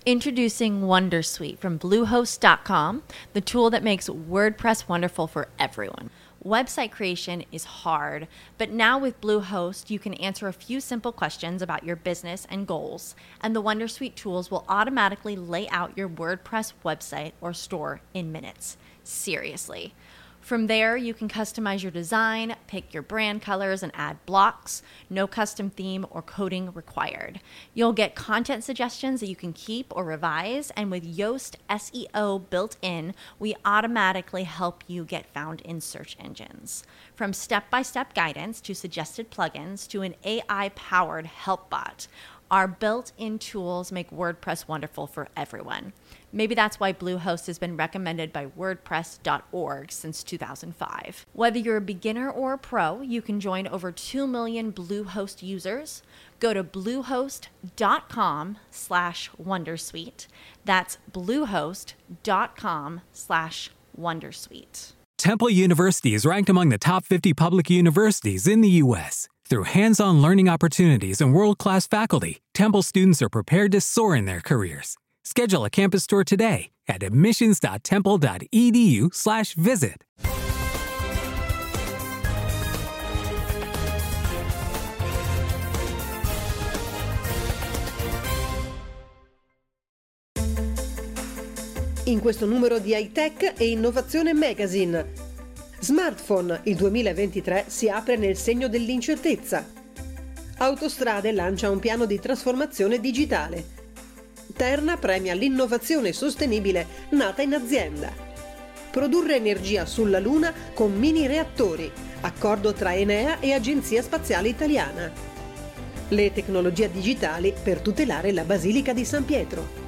Introducing Wondersuite from Bluehost.com, the tool that makes WordPress wonderful for everyone. Website creation is hard, but now with Bluehost, you can answer a few simple questions about your business and goals, and the Wondersuite tools will automatically lay out your WordPress website or store in minutes. Seriously. From there, you can customize your design, pick your brand colors, and add blocks. No custom theme or coding required. You'll get content suggestions that you can keep or revise, and with Yoast SEO built in, we automatically help you get found in search engines. From step-by-step guidance to suggested plugins to an AI-powered help bot, our built-in tools make WordPress wonderful for everyone. Maybe that's why Bluehost has been recommended by WordPress.org since 2005. Whether you're a beginner or a pro, you can join over 2 million Bluehost users. Go to bluehost.com/wondersuite. That's bluehost.com/wondersuite. Temple University is ranked among the top 50 public universities in the U.S. Through hands-on learning opportunities and world-class faculty, Temple students are prepared to soar in their careers. Schedule a campus tour today at admissions.temple.edu/visit. In questo numero di High Tech e Innovazione Magazine. Smartphone, il 2023 si apre nel segno dell'incertezza. Autostrade lancia un piano di trasformazione digitale. Terna premia l'innovazione sostenibile nata in azienda. Produrre energia sulla Luna con mini reattori. Accordo tra Enea e Agenzia Spaziale Italiana. Le tecnologie digitali per tutelare la Basilica di San Pietro.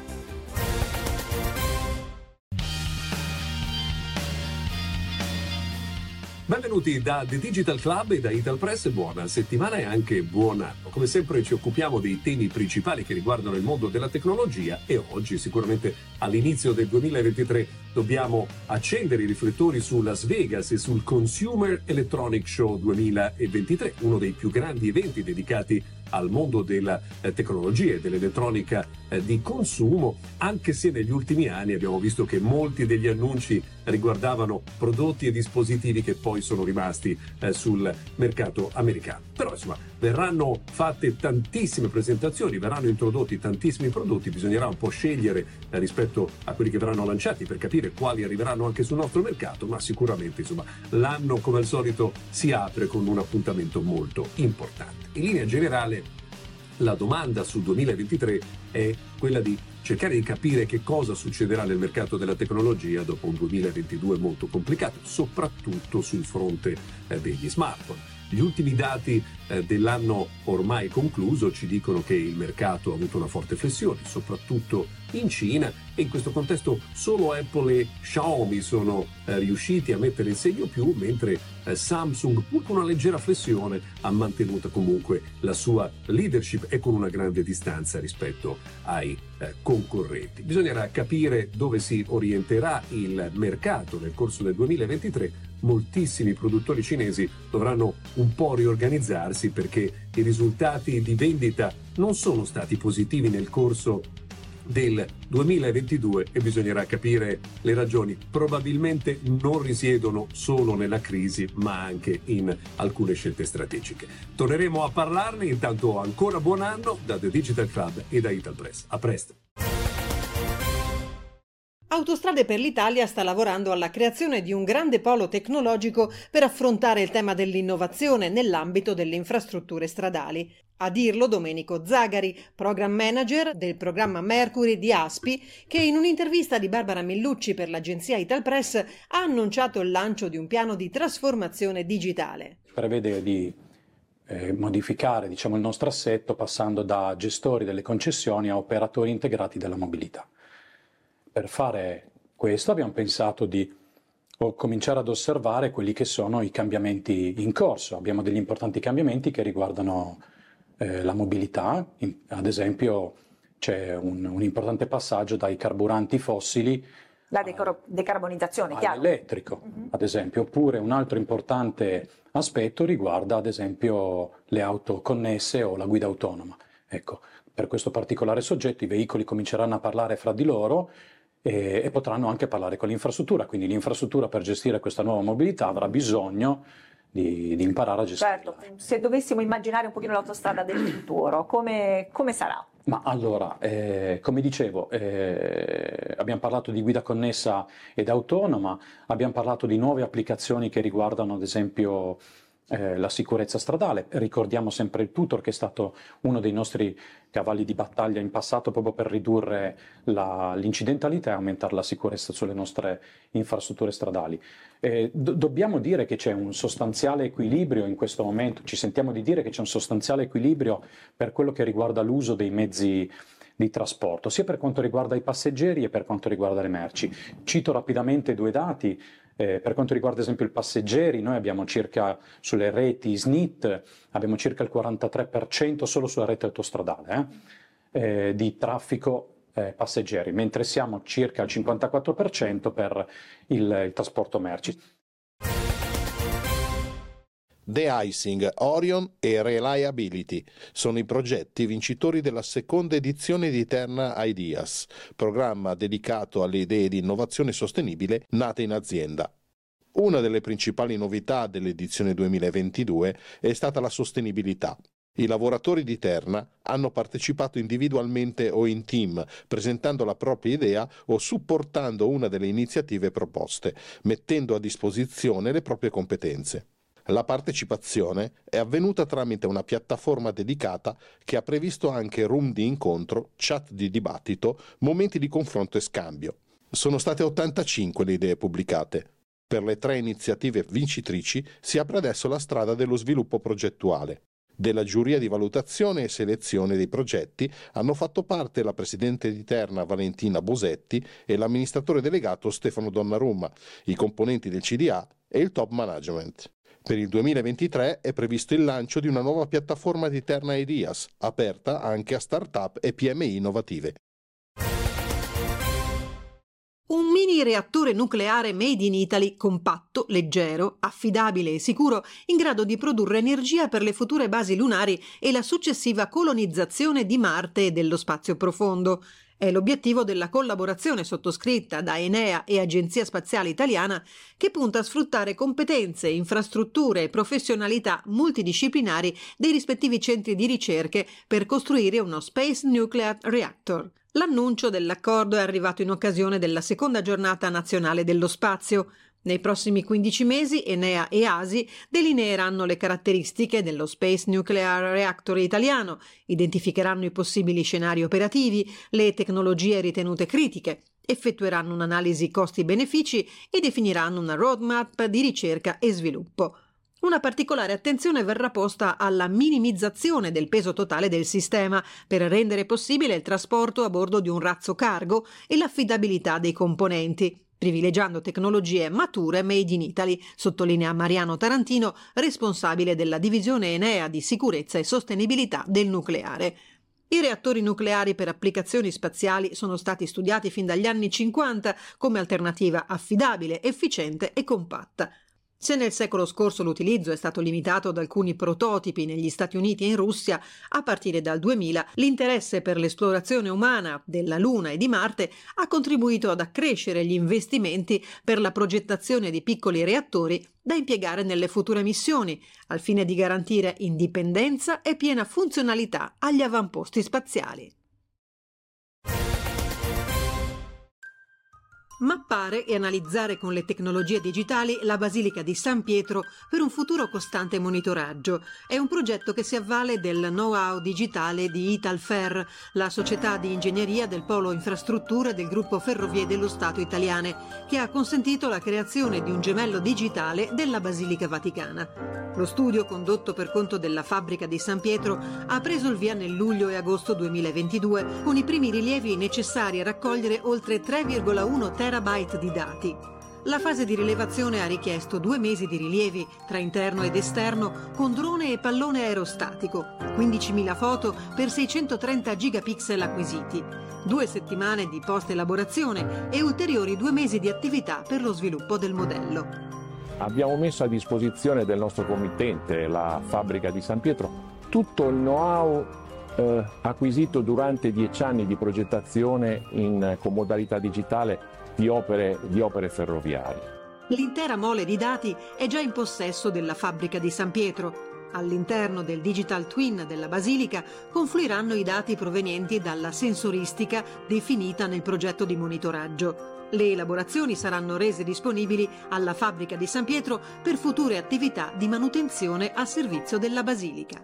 Benvenuti da The Digital Club e da Italpress, buona settimana e anche buon anno. Come sempre ci occupiamo dei temi principali che riguardano il mondo della tecnologia e oggi sicuramente all'inizio del 2023 dobbiamo accendere i riflettori su Las Vegas e sul Consumer Electronic Show 2023, uno dei più grandi eventi dedicati al mondo della tecnologia e dell'elettronica di consumo, anche se negli ultimi anni abbiamo visto che molti degli annunci riguardavano prodotti e dispositivi che poi sono rimasti sul mercato americano. Però insomma verranno fatte tantissime presentazioni, verranno introdotti tantissimi prodotti, bisognerà un po' scegliere rispetto a quelli che verranno lanciati per capire quali arriveranno anche sul nostro mercato, ma sicuramente insomma l'anno come al solito si apre con un appuntamento molto importante. In linea generale la domanda sul 2023 è quella di cercare di capire che cosa succederà nel mercato della tecnologia dopo un 2022 molto complicato, soprattutto sul fronte degli smartphone. Gli ultimi dati dell'anno ormai concluso ci dicono che il mercato ha avuto una forte flessione, soprattutto in Cina, e in questo contesto solo Apple e Xiaomi sono riusciti a mettere il segno più, mentre Samsung, pur con una leggera flessione, ha mantenuto comunque la sua leadership e con una grande distanza rispetto ai concorrenti. Bisognerà capire dove si orienterà il mercato nel corso del 2023. Moltissimi produttori cinesi dovranno un po' riorganizzarsi perché i risultati di vendita non sono stati positivi nel corso del 2022 e bisognerà capire le ragioni. Probabilmente non risiedono solo nella crisi, ma anche in alcune scelte strategiche. Torneremo a parlarne, intanto ancora buon anno da The Digital Club e da Italpress. A presto! Autostrade per l'Italia sta lavorando alla creazione di un grande polo tecnologico per affrontare il tema dell'innovazione nell'ambito delle infrastrutture stradali. A dirlo Domenico Zagari, program manager del programma Mercury di ASPI, che in un'intervista di Barbara Millucci per l'agenzia Italpress ha annunciato il lancio di un piano di trasformazione digitale. Prevede di modificare il nostro assetto passando da gestori delle concessioni a operatori integrati della mobilità. Per fare questo abbiamo pensato di cominciare ad osservare quelli che sono i cambiamenti in corso. Abbiamo degli importanti cambiamenti che riguardano la mobilità, ad esempio c'è un importante passaggio dai carburanti fossili la decarbonizzazione, chiaro. All'elettrico, ad esempio, oppure un altro importante aspetto riguarda ad esempio le auto connesse o la guida autonoma. Ecco, per questo particolare soggetto i veicoli cominceranno a parlare fra di loro e potranno anche parlare con l'infrastruttura, quindi l'infrastruttura per gestire questa nuova mobilità avrà bisogno di imparare a gestirla. Certo, se dovessimo immaginare un pochino l'autostrada del futuro, come sarà? Ma allora, come dicevo, abbiamo parlato di guida connessa ed autonoma, abbiamo parlato di nuove applicazioni che riguardano ad esempio la sicurezza stradale. Ricordiamo sempre il Tutor, che è stato uno dei nostri cavalli di battaglia in passato proprio per ridurre l'incidentalità e aumentare la sicurezza sulle nostre infrastrutture stradali. Dobbiamo dire che c'è un sostanziale equilibrio in questo momento, ci sentiamo di dire che c'è un sostanziale equilibrio per quello che riguarda l'uso dei mezzi di trasporto, sia per quanto riguarda i passeggeri e per quanto riguarda le merci. Cito rapidamente due dati. Per quanto riguarda ad esempio i passeggeri, noi abbiamo circa sulle reti SNIT, abbiamo circa il 43% solo sulla rete autostradale di traffico passeggeri, mentre siamo circa al 54% per il trasporto merci. De-icing, Orion e Reliability sono i progetti vincitori della seconda edizione di Terna Ideas, programma dedicato alle idee di innovazione sostenibile nate in azienda. Una delle principali novità dell'edizione 2022 è stata la sostenibilità. I lavoratori di Terna hanno partecipato individualmente o in team, presentando la propria idea o supportando una delle iniziative proposte, mettendo a disposizione le proprie competenze. La partecipazione è avvenuta tramite una piattaforma dedicata che ha previsto anche room di incontro, chat di dibattito, momenti di confronto e scambio. Sono state 85 le idee pubblicate. Per le 3 iniziative vincitrici si apre adesso la strada dello sviluppo progettuale. Della giuria di valutazione e selezione dei progetti hanno fatto parte la presidente di Terna Valentina Bosetti e l'amministratore delegato Stefano Donnarumma, i componenti del CDA e il top management. Per il 2023 è previsto il lancio di una nuova piattaforma di Terna Ideas, aperta anche a start-up e PMI innovative. Un mini reattore nucleare made in Italy compatto, leggero, affidabile e sicuro, in grado di produrre energia per le future basi lunari e la successiva colonizzazione di Marte e dello spazio profondo. È l'obiettivo della collaborazione sottoscritta da Enea e Agenzia Spaziale Italiana, che punta a sfruttare competenze, infrastrutture e professionalità multidisciplinari dei rispettivi centri di ricerche per costruire uno Space Nuclear Reactor. L'annuncio dell'accordo è arrivato in occasione della seconda giornata nazionale dello spazio. Nei prossimi 15 mesi Enea e ASI delineeranno le caratteristiche dello Space Nuclear Reactor italiano, identificheranno i possibili scenari operativi, le tecnologie ritenute critiche, effettueranno un'analisi costi-benefici e definiranno una roadmap di ricerca e sviluppo. Una particolare attenzione verrà posta alla minimizzazione del peso totale del sistema per rendere possibile il trasporto a bordo di un razzo cargo e l'affidabilità dei componenti, privilegiando tecnologie mature made in Italy, sottolinea Mariano Tarantino, responsabile della divisione Enea di sicurezza e sostenibilità del nucleare. I reattori nucleari per applicazioni spaziali sono stati studiati fin dagli anni 50 come alternativa affidabile, efficiente e compatta. Se nel secolo scorso l'utilizzo è stato limitato ad alcuni prototipi negli Stati Uniti e in Russia, a partire dal 2000 l'interesse per l'esplorazione umana della Luna e di Marte ha contribuito ad accrescere gli investimenti per la progettazione di piccoli reattori da impiegare nelle future missioni, al fine di garantire indipendenza e piena funzionalità agli avamposti spaziali. Mappare e analizzare con le tecnologie digitali la Basilica di San Pietro per un futuro costante monitoraggio è un progetto che si avvale del know-how digitale di Italfer, la società di ingegneria del polo infrastrutture del gruppo Ferrovie dello Stato italiane, che ha consentito la creazione di un gemello digitale della Basilica Vaticana. Lo studio, condotto per conto della Fabbrica di San Pietro, ha preso il via nel luglio e agosto 2022 con i primi rilievi necessari a raccogliere oltre 3,1 terabyte di dati. La fase di rilevazione ha richiesto 2 mesi di rilievi tra interno ed esterno con drone e pallone aerostatico, 15.000 foto per 630 gigapixel acquisiti, 2 settimane di post-elaborazione e ulteriori 2 mesi di attività per lo sviluppo del modello. Abbiamo messo a disposizione del nostro committente, la Fabbrica di San Pietro, tutto il know-how acquisito durante 10 anni di progettazione con modalità digitale di opere ferroviarie. L'intera mole di dati è già in possesso della fabbrica di San Pietro. All'interno del Digital Twin della Basilica confluiranno i dati provenienti dalla sensoristica definita nel progetto di monitoraggio. Le elaborazioni saranno rese disponibili alla fabbrica di San Pietro per future attività di manutenzione a servizio della Basilica.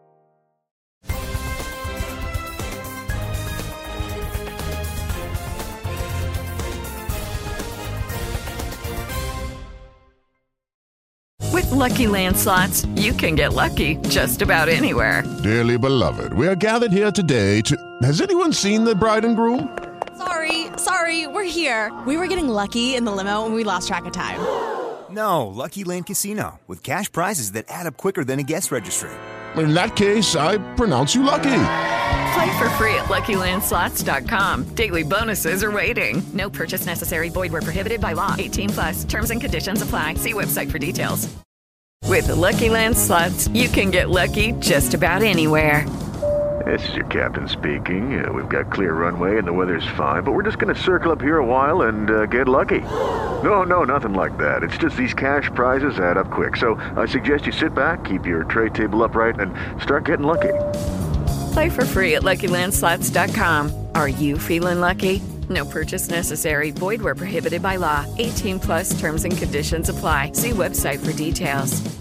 With Lucky Land Slots, you can get lucky just about anywhere. Dearly beloved, we are gathered here today to... Has anyone seen the bride and groom? Sorry, we're here. We were getting lucky in the limo and we lost track of time. No, Lucky Land Casino, with cash prizes that add up quicker than a guest registry. In that case, I pronounce you lucky. Play for free at LuckyLandSlots.com. Daily bonuses are waiting. No purchase necessary. Void where prohibited by law. 18+. Terms and conditions apply. See website for details. With Lucky Land Slots, you can get lucky just about anywhere. This is your captain speaking. We've got clear runway and the weather's fine, but we're just going to circle up here a while and get lucky. No, nothing like that. It's just these cash prizes add up quick. So I suggest you sit back, keep your tray table upright, and start getting lucky. Play for free at LuckyLandSlots.com. Are you feeling lucky? No purchase necessary. Void where prohibited by law. 18+ terms and conditions apply. See website for details.